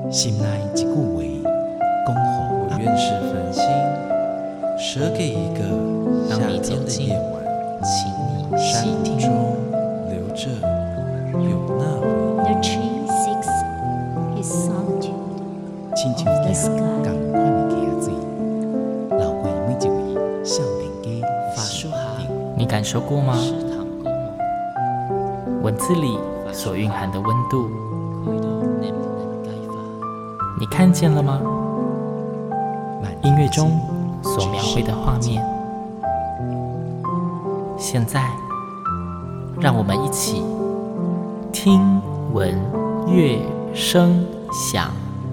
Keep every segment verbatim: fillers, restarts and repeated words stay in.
心内一句话，讲好我愿是繁星，舍给一个夏天的夜晚， 请你山细听。 中留着有那回 The 忆。 tree seeks his solitude 亲像 of the 行 sky. 同款的溪水，流过每一位少年家法术哈， 你感受过吗？ 食堂过吗？ 文字里所蕴含的温度，你看见了吗？音乐中所描绘的画面，现在，让我们一起听闻乐声响。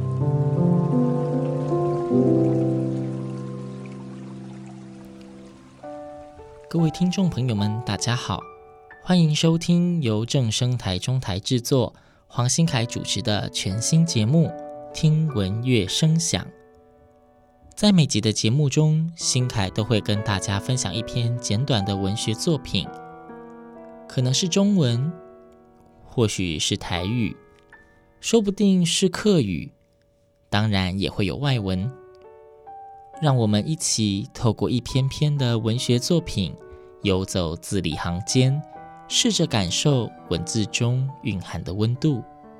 各位听众朋友们，大家好，欢迎收听由正声台中台制作、黄新凯主持的全新节目《听闻乐声响》。在每集的节目中，新凯都会跟大家分享一篇简短的文学作品，可能是中文，或许是台语，说不定是客语，当然也会有外文。让我们一起透过一篇篇的文学作品，游走字里行间，试着感受文字中蕴含的温度。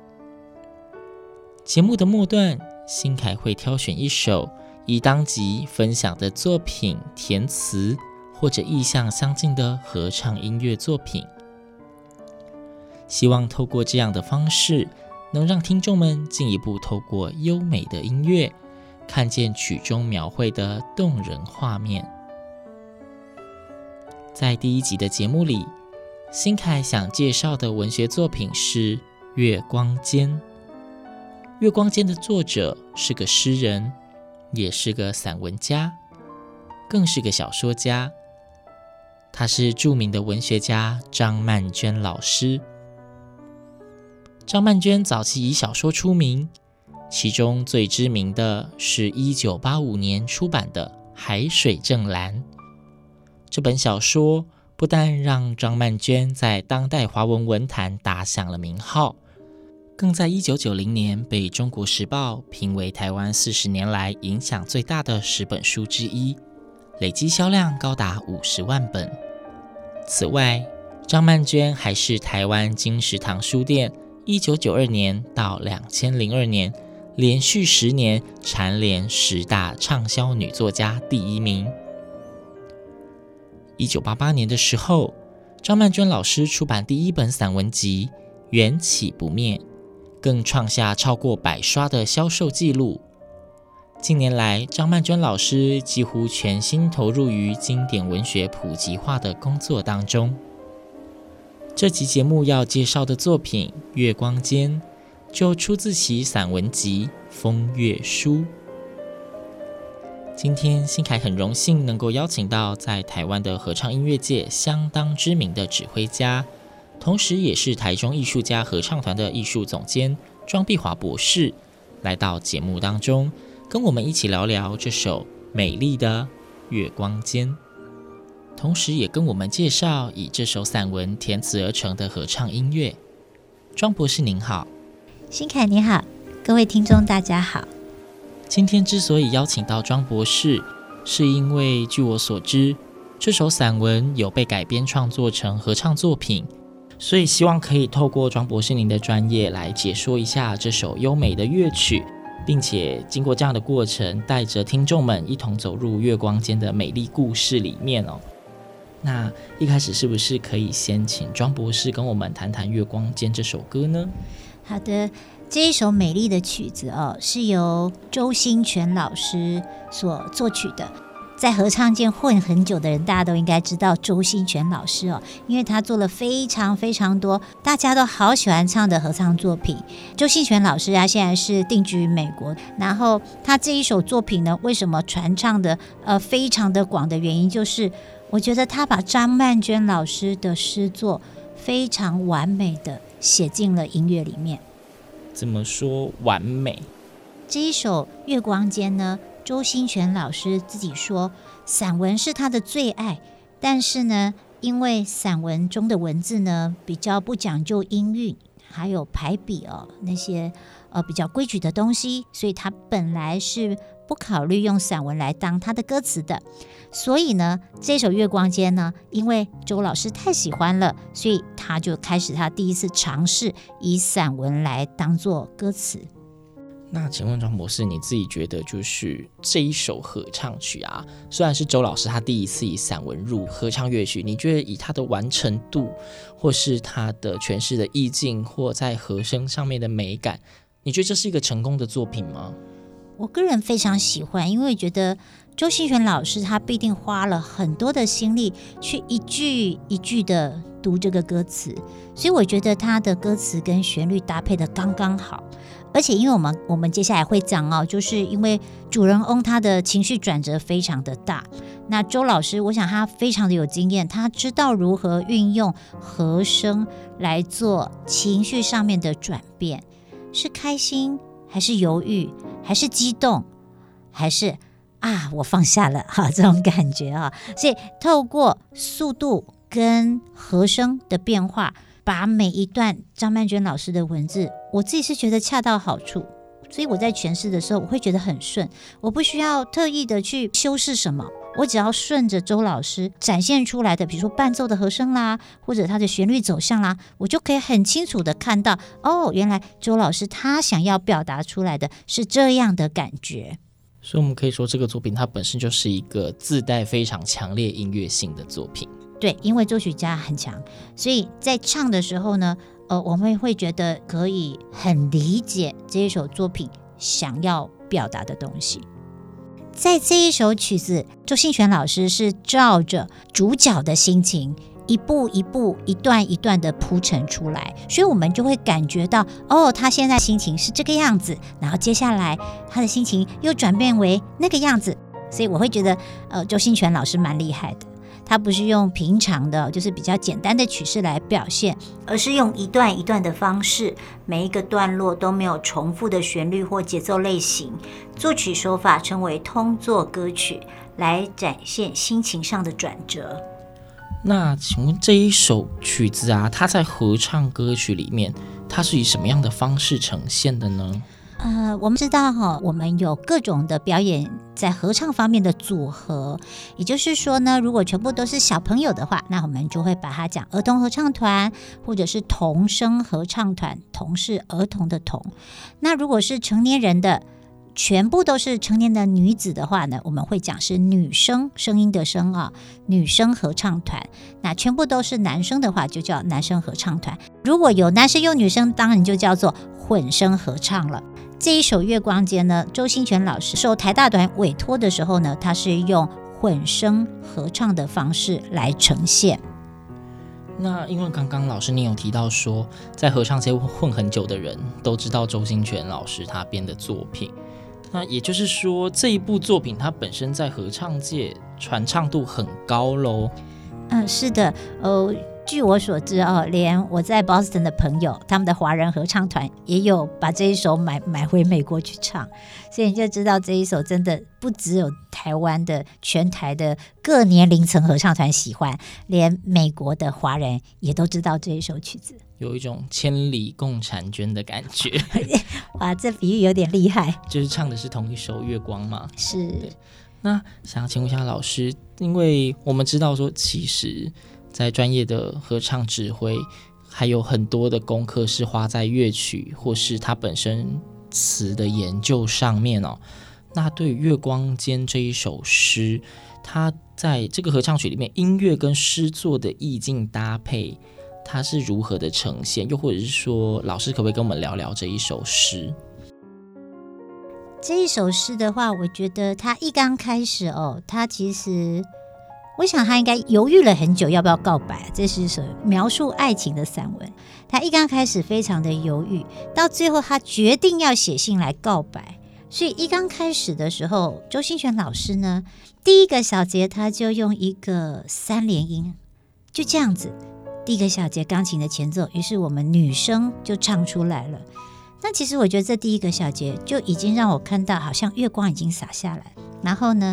节目的末段，新凯会挑选一首以当集分享的作品填词或者意象相近的合唱音乐作品，希望透过这样的方式，能让听众们进一步透过优美的音乐，看见曲中描绘的动人画面。在第一集的节目里，新凯想介绍的文学作品是《月光间》。《月光间》的作者是个诗人，也是个散文家，更是个小说家。他是著名的文学家张曼娟老师。张曼娟早期以小说出名，其中最知名的是一九八五年出版的《海水正蓝》。这本小说不但让张曼娟在当代华文文坛打响了名号，更在一九九零年被《中国时报》评为台湾四十年来影响最大的十本书之一，累积销量高达五十万本。此外，张曼娟还是台湾金石堂书店一九九二年到两千零二年连续十年蝉联十大畅销女作家第一名。一九八八年的时候，张曼娟老师出版第一本散文集《缘起不灭》，更创下超过百刷的销售记录。近年来，张曼娟老师几乎全心投入于经典文学普及化的工作当中。这期节目要介绍的作品《月光间》，就出自其散文集《风月书》。今天新凯很荣幸能够邀请到在台湾的合唱音乐界相当知名的指挥家，同时也是台中艺术家合唱团的艺术总监庄碧华博士，来到节目当中，跟我们一起聊聊这首美丽的月光间，同时也跟我们介绍以这首散文填词而成的合唱音乐。庄博士您好。 新凯你好，各位听众大家好。 今天之所以邀请到庄博士，是因为据我所知，这首散文有被改编创作成合唱作品，所以希望可以透过庄博士您的专业来解说一下这首优美的乐曲，并且经过这样的过程，带着听众们一同走入月光间的美丽故事里面哦。那一开始是不是可以先请庄博士跟我们谈谈《月光间》这首歌呢？ 好的，这一首美丽的曲子哦，是由周兴全老师所作曲的。在合唱界混很久的人，大家都应该知道周兴全老师哦，因为他做了非常非常多大家都好喜欢唱的合唱作品。周兴全老师他现在是定居于美国，然后他这一首作品呢，为什么传唱的呃非常的广的原因，就是我觉得他把张曼娟老师的诗作非常完美的写进了音乐里面。 怎么说完美？ 这一首《月光间》呢，周兴全老师自己说，散文是他的最爱，但是呢，因为散文中的文字呢比较不讲究音韵， 还有排比哦那些呃比较规矩的东西，所以他本来是不考虑用散文来当他的歌词的。所以呢，这首《月光间》呢，因为周老师太喜欢了，所以他就开始他第一次尝试以散文来当做歌词。 那请问庄博士，你自己觉得就是这一首合唱曲啊，虽然是周老师他第一次以散文入合唱乐曲，你觉得以他的完成度，或是他的诠释的意境，或在和声上面的美感，你觉得这是一个成功的作品吗？ 我个人非常喜欢，因为觉得周信全老师他必定花了很多的心力去一句一句的读这个歌词，所以我觉得他的歌词跟旋律搭配的刚刚好。而且因为我们我们接下来会讲哦，就是因为主人翁他的情绪转折非常的大，那周老师我想他非常的有经验，他知道如何运用和声来做情绪上面的转变，是开心还是犹豫还是激动还是啊我放下了哈这种感觉啊，所以透过速度跟和声的变化，把每一段张曼娟老师的文字，我自己是觉得恰到好处，所以我在诠释的时候我会觉得很顺，我不需要特意的去修饰什么，我只要顺着周老师展现出来的，比如说伴奏的和声啦，或者他的旋律走向啦，我就可以很清楚的看到，哦，原来周老师他想要表达出来的是这样的感觉。 所以我们可以说这个作品它本身就是一个自带非常强烈音乐性的作品。 对，因为作曲家很强，所以在唱的时候呢，呃，我们会觉得可以很理解这一首作品想要表达的东西。在这一首曲子，周信全老师是照着主角的心情一步一步一段一段的铺陈出来，所以我们就会感觉到，哦，他现在心情是这个样子，然后接下来他的心情又转变为那个样子，所以我会觉得呃，周信全老师蛮厉害的，他不是用平常的就是比较简单的曲式来表现，而是用一段一段的方式，每一个段落都没有重复的旋律或节奏类型，作曲手法称为通作歌曲，来展现心情上的转折。 那请问这一首曲子啊，它在合唱歌曲里面，它是以什么样的方式呈现的呢？ 呃，我们知道哈，我们有各种的表演在合唱方面的组合，也就是说呢，如果全部都是小朋友的话，那我们就会把它讲儿童合唱团，或者是童声合唱团，童是儿童的童。那如果是成年人的，全部都是成年的女子的话呢，我们会讲是女声，声音的声啊，女声合唱团。那全部都是男生的话，就叫男生合唱团。如果有男生有女生，当然就叫做混声合唱了。这一首《月光间》呢，周信全老师受台大团委托的时候呢，他是用混声合唱的方式来呈现。 那因为刚刚老师你有提到说，在合唱界混很久的人都知道周信全老师他编的作品，那也就是说这一部作品它本身在合唱界传唱度很高咯。 嗯，是的，呃。据我所知哦，连我在 Boston 的朋友，他们的华人合唱团也有把这一首买买回美国去唱，所以你就知道这一首真的不只有台湾的，全台的各年龄层合唱团喜欢，连美国的华人也都知道这一首曲子， 有一种千里共婵娟的感觉。 哇，这比喻有点厉害， 就是唱的是同一首月光嘛。 是。 那想要请问一下老师，因为我们知道说其实在专业的合唱指挥还有很多的功课是花在乐曲或是它本身词的研究上面哦。那对于月光间这一首诗，它在这个合唱曲里面音乐跟诗作的意境搭配，它是如何的呈现？又或者是说老师可不可以跟我们聊聊这一首诗？ 这一首诗的话，我觉得它一刚开始哦，它其实我想他应该犹豫了很久要不要告白，这是一首描述爱情的散文。他一刚开始非常的犹豫，到最后他决定要写信来告白。所以一刚开始的时候，周信全老师呢，第一个小节他就用一个三连音，就这样子，第一个小节钢琴的前奏，于是我们女生就唱出来了。那其实我觉得这第一个小节就已经让我看到好像月光已经洒下来，然后呢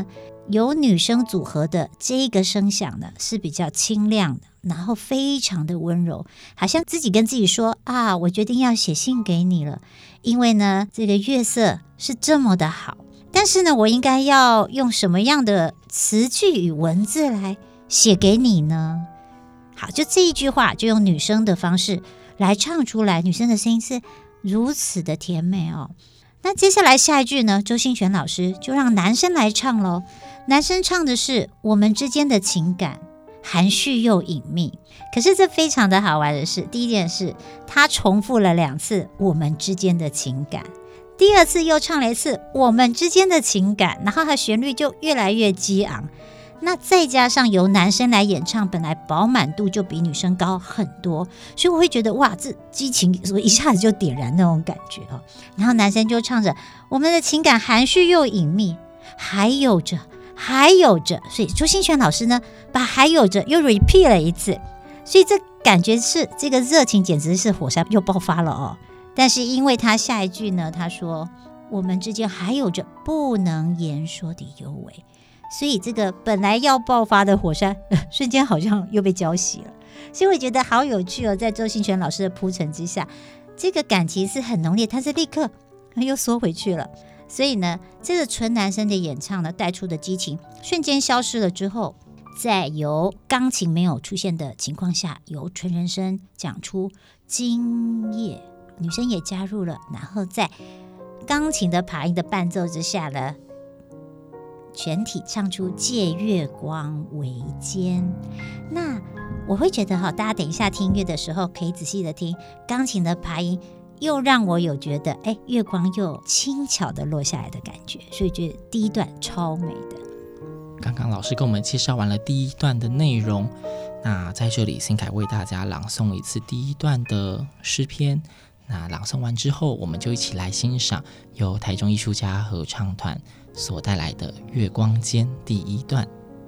由女生组合的这一个声响呢是比较清亮的，然后非常的温柔，好像自己跟自己说啊，我决定要写信给你了，因为呢这个月色是这么的好，但是呢我应该要用什么样的词句与文字来写给你呢？好，就这一句话就用女生的方式来唱出来，女生的声音是如此的甜美哦。那接下来下一句呢，周兴全老师就让男生来唱咯。男生唱的是我们之间的情感含蓄又隐秘，可是这非常的好玩的是，第一件事他重复了两次我们之间的情感，第二次又唱了一次我们之间的情感，然后它旋律就越来越激昂，那再加上由男生来演唱，本来饱满度就比女生高很多，所以我会觉得哇，这激情一下子就点燃那种感觉哦。然后男生就唱着我们的情感含蓄又隐秘，还有着还有着，所以周兴全老师呢把还有着又 repeat 了一次，所以这感觉是这个热情简直是火山又爆发了哦。但是因为他下一句呢，他说我们之间还有着不能言说的幽微，所以这个本来要爆发的火山、呃、瞬间好像又被浇熄了，所以我觉得好有趣哦。在周兴全老师的铺陈之下，这个感情是很浓烈，但是立刻又缩回去了。所以呢，这个纯男生的演唱呢带出的激情瞬间消失了之后，在由钢琴没有出现的情况下，由纯人声讲出今夜，女生也加入了，然后在钢琴的爬音的伴奏之下呢，全体唱出借月光为肩。那我会觉得哈，大家等一下听音乐的时候可以仔细的听钢琴的爬音，又让我有觉得哎，月光又轻巧的落下来的感觉，所以觉得第一段超美的。 刚刚老师跟我们介绍完了第一段的内容，那在这里新凯为大家朗诵一次第一段的诗篇。那朗诵完之后，我们就一起来欣赏由台中艺术家合唱团所带来的《月光间》第一段。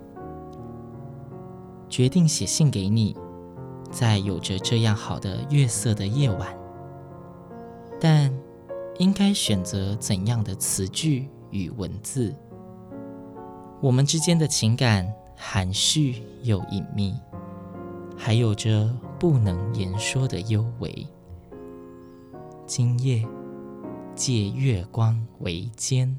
决定写信给你，在有着这样好的月色的夜晚，但应该选择怎样的词句与文字？我们之间的情感含蓄又隐秘，还有着不能言说的幽微。今夜借月光为肩。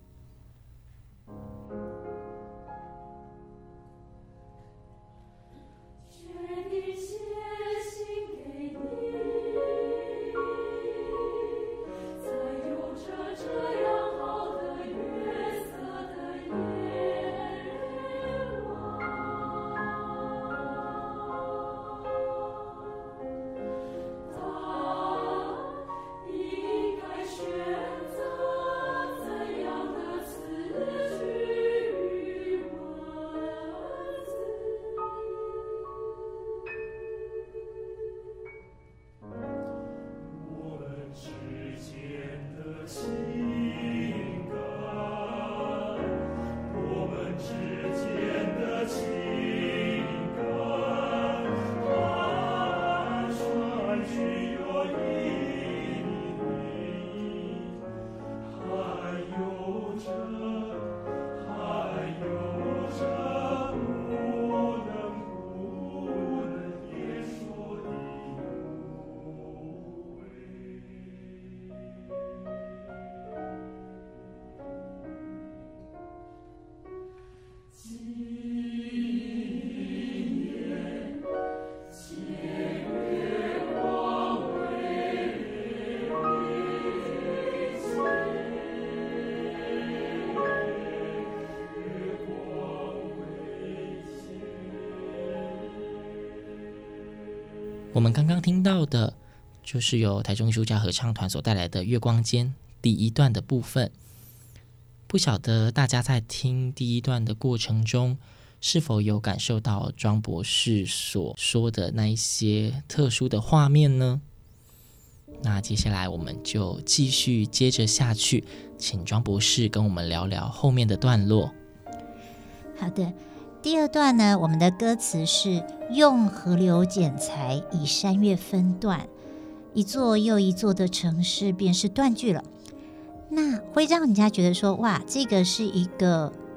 我们刚刚听到的就是由台中艺术家合唱团所带来的《月光间》第一段的部分。不晓得大家在听第一段的过程中，是否有感受到庄博士所说的那一些特殊的画面呢？那接下来我们就继续接着下去，请庄博士跟我们聊聊后面的段落。 好的，第二段呢，我们的歌词是用河流剪裁，以山岳分段，一座又一座的城市便是断句了。那会让人家觉得说，哇，这个是一个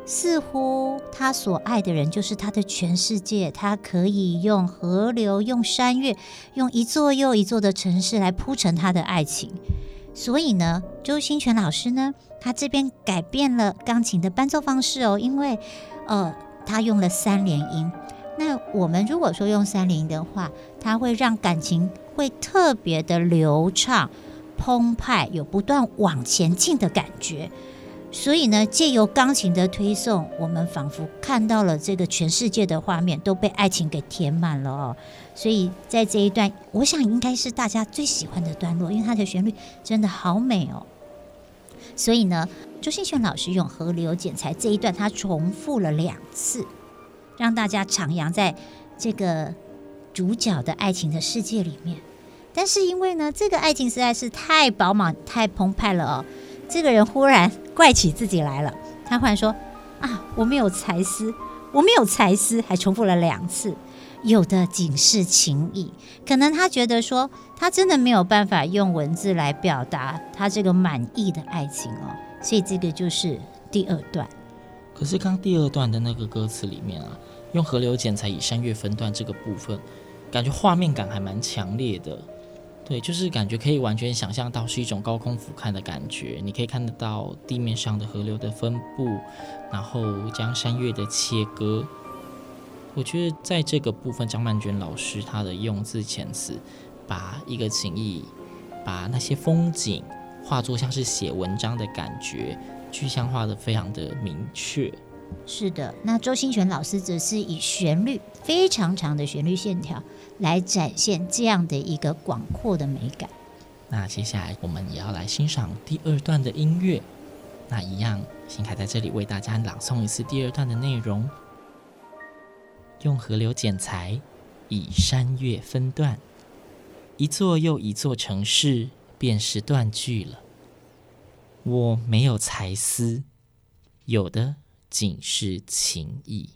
似乎他所爱的人就是他的全世界，他可以用河流、用山岳、用一座又一座的城市来铺陈他的爱情。所以呢，周兴全老师呢，他这边改变了钢琴的伴奏方式哦，因为呃，他用了三连音。那我们如果说用三连音的话，它会让感情会特别的流畅、澎湃，有不断往前进的感觉。所以呢，借由钢琴的推送，我们仿佛看到了这个全世界的画面都被爱情给填满了哦。所以在这一段，我想应该是大家最喜欢的段落，因为它的旋律真的好美哦。所以呢，周兴全老师用河流剪裁这一段，他重复了两次，让大家徜徉在这个主角的爱情的世界里面。但是因为呢，这个爱情实在是太饱满、太澎湃了哦。这个人忽然怪起自己来了，他忽然说啊，我没有才思，我没有才思，还重复了两次，有的仅是情意。可能他觉得说，他真的没有办法用文字来表达他这个满意的爱情哦，所以这个就是第二段。 可是刚第二段的那个歌词里面啊，用河流剪裁以山岳分段这个部分，感觉画面感还蛮强烈的。对，就是感觉可以完全想象到是一种高空俯瞰的感觉，你可以看得到地面上的河流的分布，然后将山岳的切割。我觉得在这个部分，张曼娟老师她的用字遣词，把一个情意，把那些风景化作像是写文章的感觉，具象化的非常的明确。 是的，那周兴全老师则是以旋律非常长的旋律线条来展现这样的一个广阔的美感。 那接下来我们也要来欣赏第二段的音乐。那一样，新凯在这里为大家朗诵一次第二段的内容。用河流剪裁，以山岳分段，一座又一座城市便是断句了。我没有才思，有的仅是情意。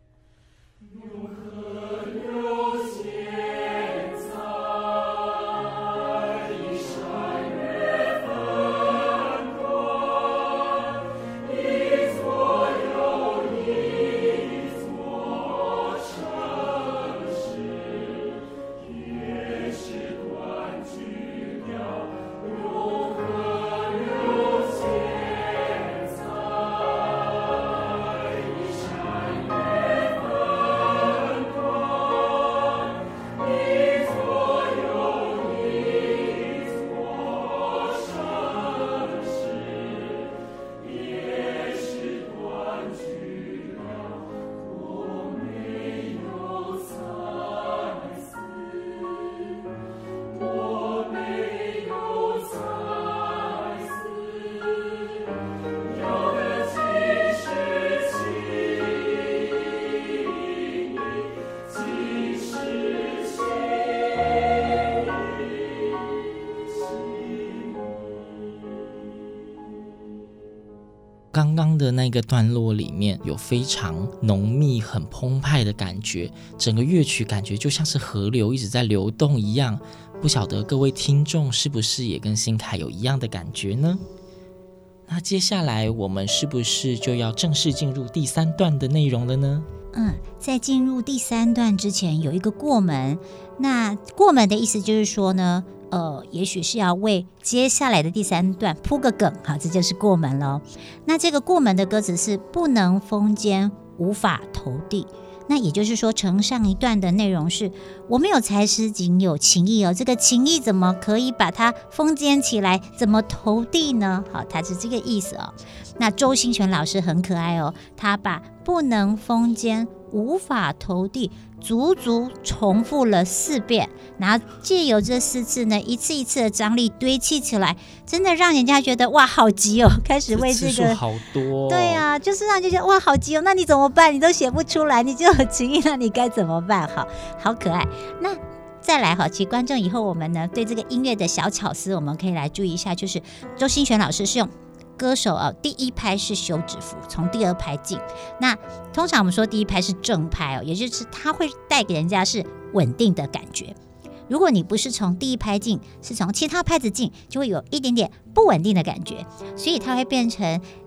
刚刚的那个段落里面有非常浓密很澎湃的感觉，整个乐曲感觉就像是河流一直在流动一样。不晓得各位听众是不是也跟新凯有一样的感觉呢？那接下来我们是不是就要正式进入第三段的内容了呢？ 嗯，在进入第三段之前有一个过门。那过门的意思就是说呢，呃，也许是要为接下来的第三段铺个梗，好，这就是过门了。那这个过门的歌词是不能封缄，无法投递。那也就是说，承上一段的内容是我没有才思，仅有情意哦。这个情意怎么可以把它封缄起来？怎么投递呢？好，它是这个意思哦。那周兴全老师很可爱哦，他把不能封缄，无法投递足足重复了四遍，然后借由这四次呢，一次一次的张力堆砌起来，真的让人家觉得哇，好急哦！开始为这个次数好多、哦， 对啊，就是让人家觉得哇，好急哦！那你怎么办？你都写不出来，你就有情意，那你该怎么办？好，好可爱。那再来哈，其实观众以后我们呢，对这个音乐的小巧思，我们可以来注意一下，就是周兴全老师是用歌手啊，第一拍是休止符，从第二拍进。那通常我们说第一拍是正拍哦，也就是它会带给人家是稳定的感觉。如果你不是从第一拍进，是从其他拍子进，就会有一点点不稳定的感觉，所以它会变成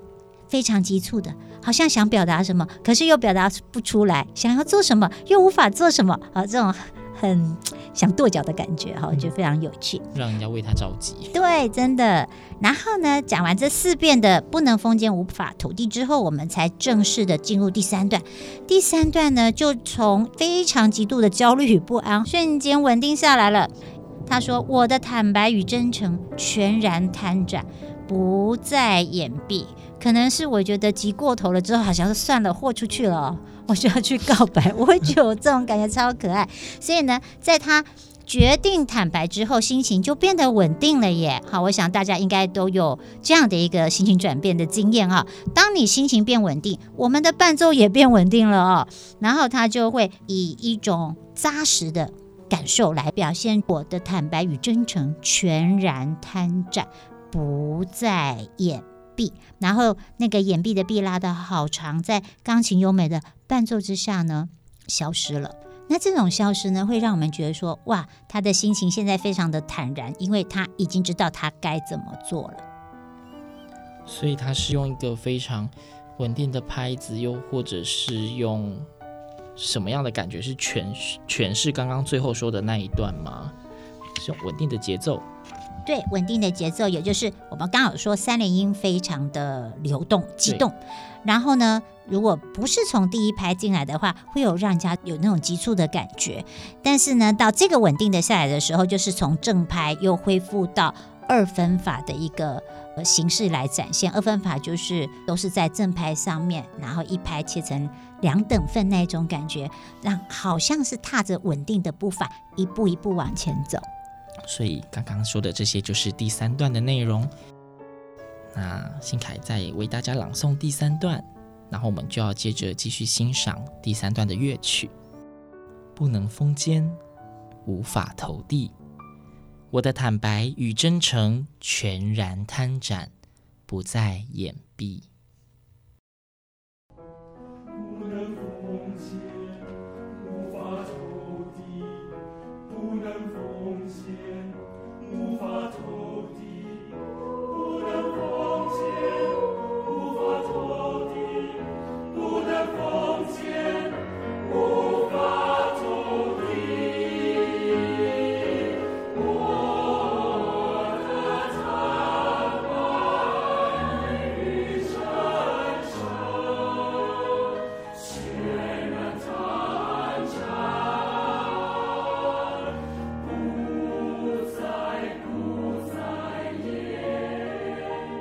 非常急促的，好像想表达什么，可是又表达不出来，想要做什么又无法做什么，啊，这种很想跺脚的感觉，我觉得非常有趣， 让人家为他着急。 对，真的。然后呢，讲完这四遍的不能封建无法土地之后，我们才正式的进入第三段。第三段呢，就从非常极度的焦虑与不安，瞬间稳定下来了。他说：“我的坦白与真诚全然摊展，不再掩蔽。”可能是我觉得急过头了之后，好像是算了，豁出去了、哦，我就要去告白。我会觉得我这种感觉超可爱。所以呢，在他决定坦白之后，心情就变得稳定了耶。好，我想大家应该都有这样的一个心情转变的经验啊。当你心情变稳定，我们的伴奏也变稳定了哦。然后他就会以一种扎实的感受来表现我的坦白与真诚全然摊展，不再掩蔽。然后那个掩蔽的蔽拉的好长，在钢琴优美的伴奏之下呢，消失了。那这种消失呢，会让我们觉得说，哇，他的心情现在非常的坦然，因为他已经知道他该怎么做了。 所以他是用一个非常稳定的拍子，又或者是用什么样的感觉是诠诠释刚刚最后说的那一段吗？是用稳定的节奏？ 对，稳定的节奏，也就是我们刚好说三连音非常的流动激动，然后呢，如果不是从第一拍进来的话，会有让人家有那种急促的感觉。但是呢，到这个稳定的下来的时候，就是从正拍又恢复到二分法的一个形式来展现。二分法就是都是在正拍上面，然后一拍切成两等份那种感觉，让好像是踏着稳定的步伐一步一步往前走。 所以刚刚说的这些就是第三段的内容。那新凯再为大家朗诵第三段，然后我们就要接着继续欣赏第三段的乐曲。不能封缄，无法投递，我的坦白与真诚全然摊展，不再掩蔽。 不能封缄，无法投递，不能封缄，无法投递，不能封缄，无法投递，不能封缄，无法投递。我的坦白与真诚全然摊展，不再不再掩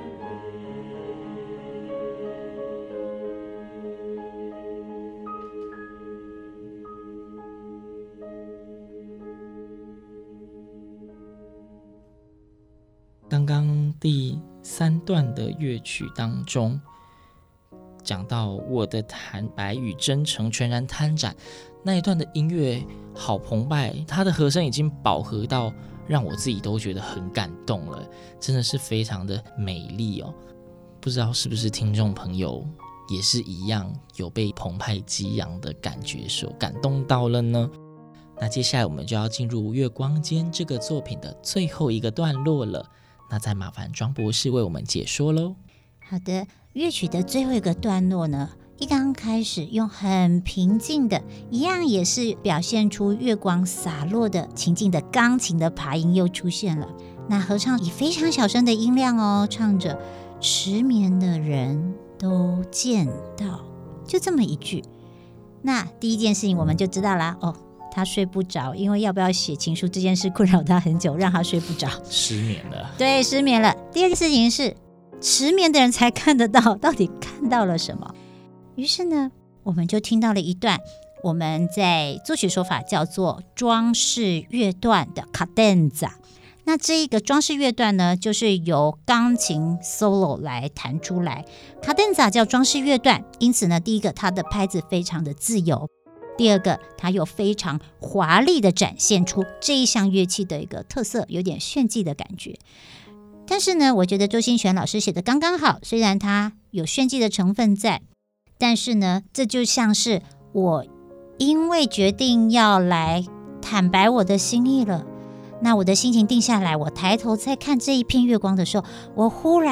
刚刚第三段的乐曲当中讲到我的坦白与真诚全然摊展，那一段的音乐好澎湃，它的和声已经饱和到让我自己都觉得很感动了，真的是非常的美丽哦。不知道是不是听众朋友也是一样有被澎湃激昂的感觉所感动到了呢？那接下来我们就要进入《月光间》这个作品的最后一个段落了，那再麻烦庄博士为我们解说咯。 好的，乐曲的最后一个段落呢，一刚开始用很平静的，一样也是表现出月光洒落的情境的钢琴的爬音又出现了。那合唱以非常小声的音量哦，唱着迟眠的人都见到，就这么一句。那第一件事情我们就知道啦，哦，他睡不着，因为要不要写情书这件事困扰他很久，让他睡不着， 失眠了。 对，失眠了。第二件事情是迟眠的人才看得到，到底看到了什么？于是呢，我们就听到了一段我们在作曲手法叫做装饰乐段的 cadenza。 那这一个装饰乐段呢，就是由钢琴 solo 来弹出来。 cadenza 叫装饰乐段，因此呢，第一个它的拍子非常的自由，第二个它又非常华丽的展现出这一项乐器的一个特色，有点炫技的感觉。但是呢，我觉得周兴全老师写的刚刚好，虽然他有炫技的成分在，但是呢，这就像是我因为决定要来坦白我的心意了，那我的心情定下来，我抬头再看这一片月光的时候，我忽然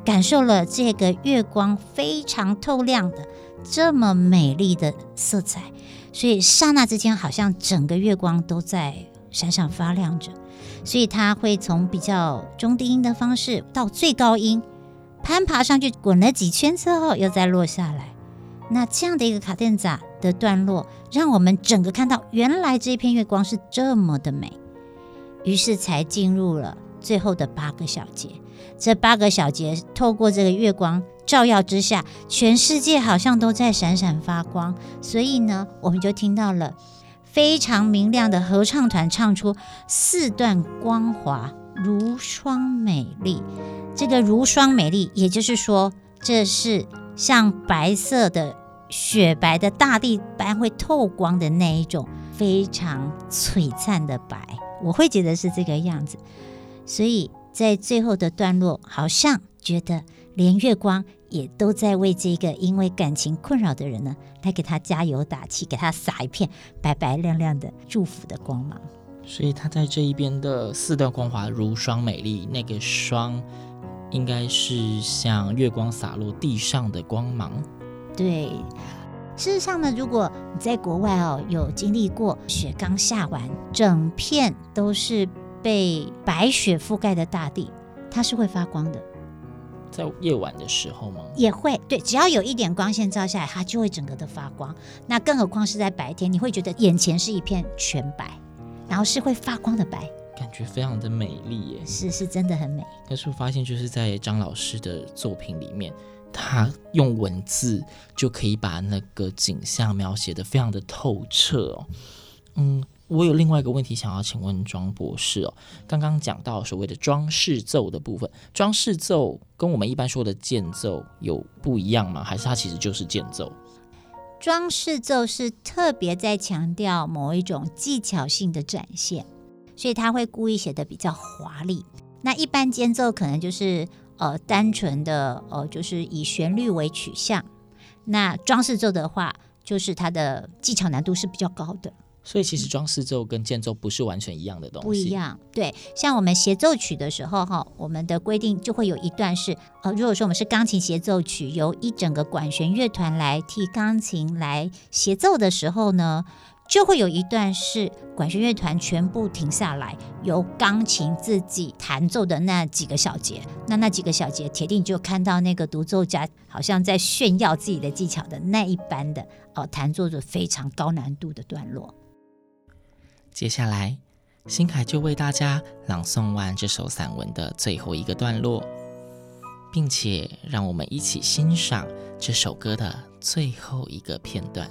感受了这个月光非常透亮的这么美丽的色彩，所以刹那之间好像整个月光都在闪闪发亮着，所以它会从比较中低音的方式到最高音攀爬上去，滚了几圈之后又再落下来。那这样的一个卡电扎的段落，让我们整个看到原来这片月光是这么的美，于是才进入了最后的八个小节。这八个小节透过这个月光照耀之下，全世界好像都在闪闪发光，所以呢，我们就听到了非常明亮的合唱团唱出四段光华如霜美丽。这个如霜美丽，也就是说，这是像白色的雪白的大地般会透光的那一种非常璀璨的白，我会觉得是这个样子。所以在最后的段落，好像觉得连月光也都在为这个因为感情困扰的人呢，来给他加油打气，给他撒一片白白亮亮的祝福的光芒。 所以他在这一边的四段光华如霜美丽，那个霜应该是像月光洒落地上的光芒。 对，事实上呢，如果你在国外哦有经历过雪刚下完，整片都是被白雪覆盖的大地，它是会发光的。 在夜晚的时候吗？ 也会，对，只要有一点光线照下来，它就会整个的发光。那更何况是在白天，你会觉得眼前是一片全白，然后是会发光的白， 感觉非常的美丽耶。 是是真的很美。 但是我发现就是在张老师的作品里面，他用文字就可以把那个景象描写得非常的透彻哦。嗯，我有另外一个问题想要请问庄博士哦。刚刚讲到所谓的装饰奏的部分，装饰奏跟我们一般说的间奏有不一样吗？还是它其实就是间奏？ 装饰奏是特别在强调某一种技巧性的展现，所以他会故意写的比较华丽。那一般间奏可能就是呃单纯的呃就是以旋律为取向，那装饰奏的话，就是它的技巧难度是比较高的。 所以其实装饰奏跟间奏不是完全一样的东西， 不一样。对，像我们协奏曲的时候哈，我们的规定就会有一段是呃，如果说我们是钢琴协奏曲，由一整个管弦乐团来替钢琴来协奏的时候呢，就会有一段是管弦乐团全部停下来，由钢琴自己弹奏的那几个小节。那那几个小节，铁定就看到那个独奏家好像在炫耀自己的技巧的那一般的哦、呃，弹奏着非常高难度的段落。 接下来，新凯就为大家朗诵完这首散文的最后一个段落，并且让我们一起欣赏这首歌的最后一个片段。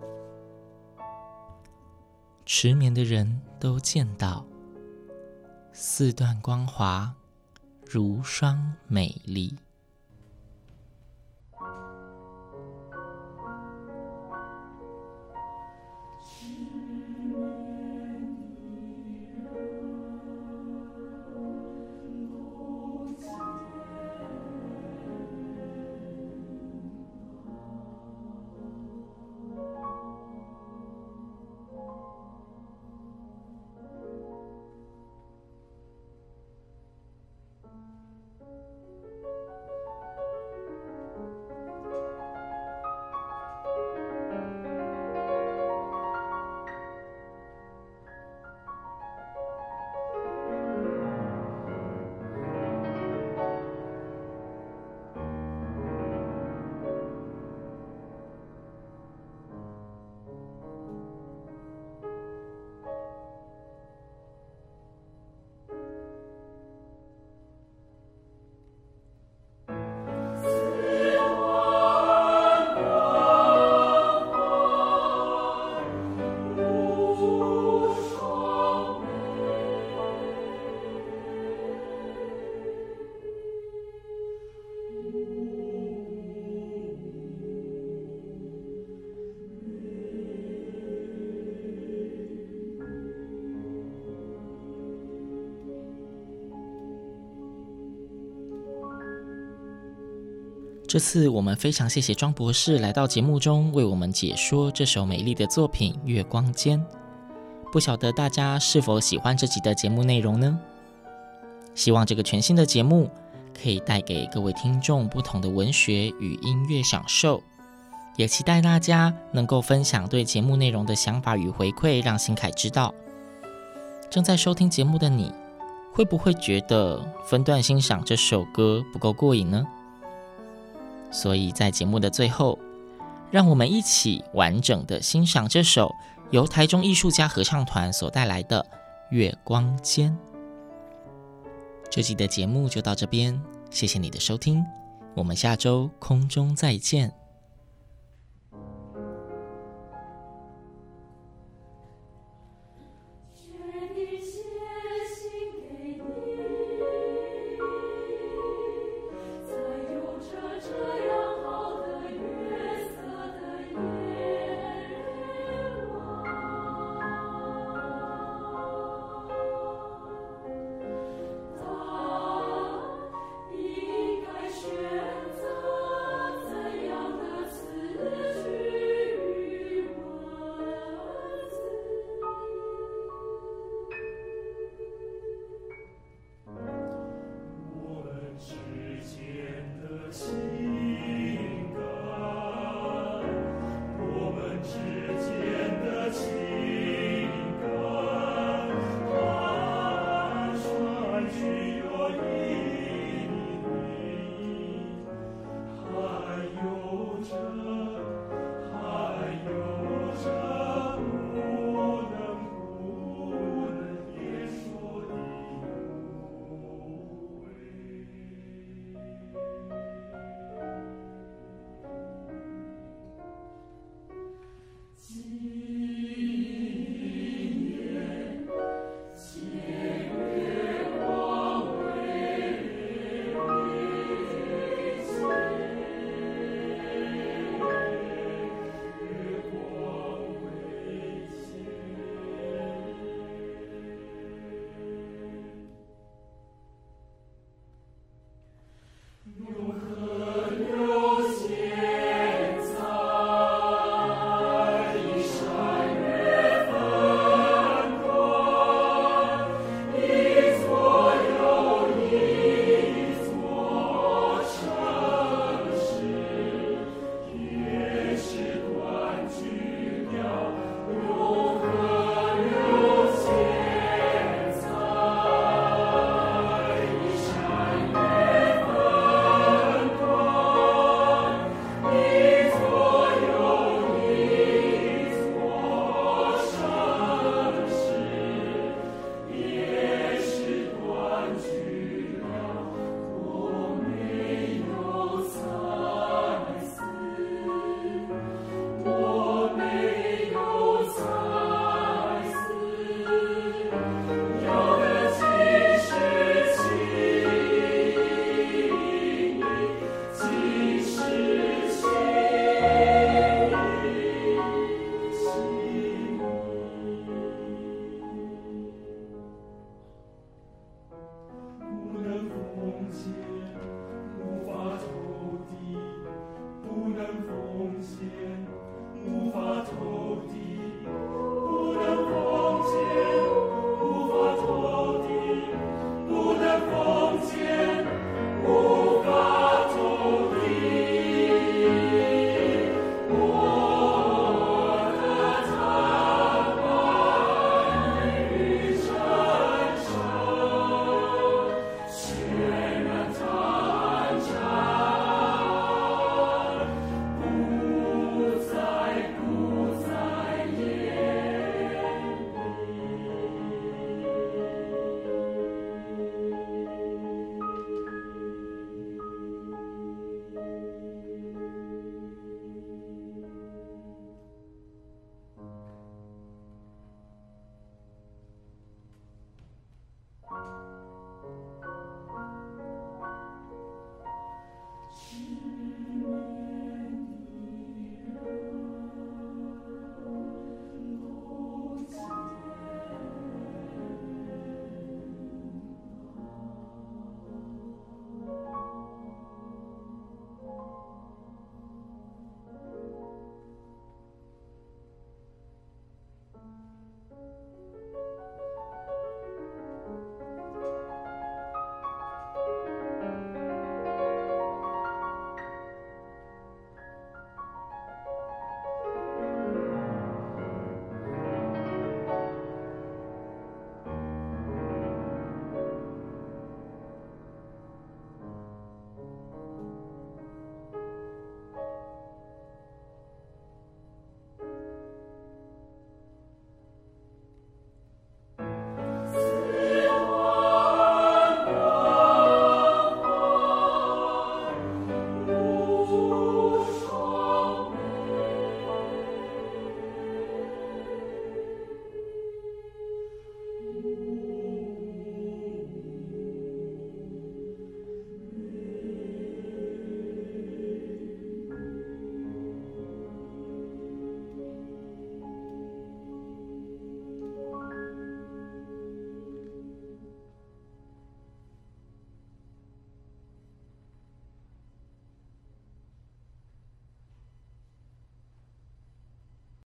迟眠的人都见到，四段光华如霜美丽。这次我们非常谢谢庄博士来到节目中为我们解说这首美丽的作品《月光间》。不晓得大家是否喜欢这集的节目内容呢？希望这个全新的节目可以带给各位听众不同的文学与音乐享受，也期待大家能够分享对节目内容的想法与回馈，让新凯知道。正在收听节目的你，会不会觉得分段欣赏这首歌不够过瘾呢？所以在节目的最后，让我们一起完整的欣赏这首由台中艺术家合唱团所带来的《月光间》。这集的节目就到这边，谢谢你的收听，我们下周空中再见。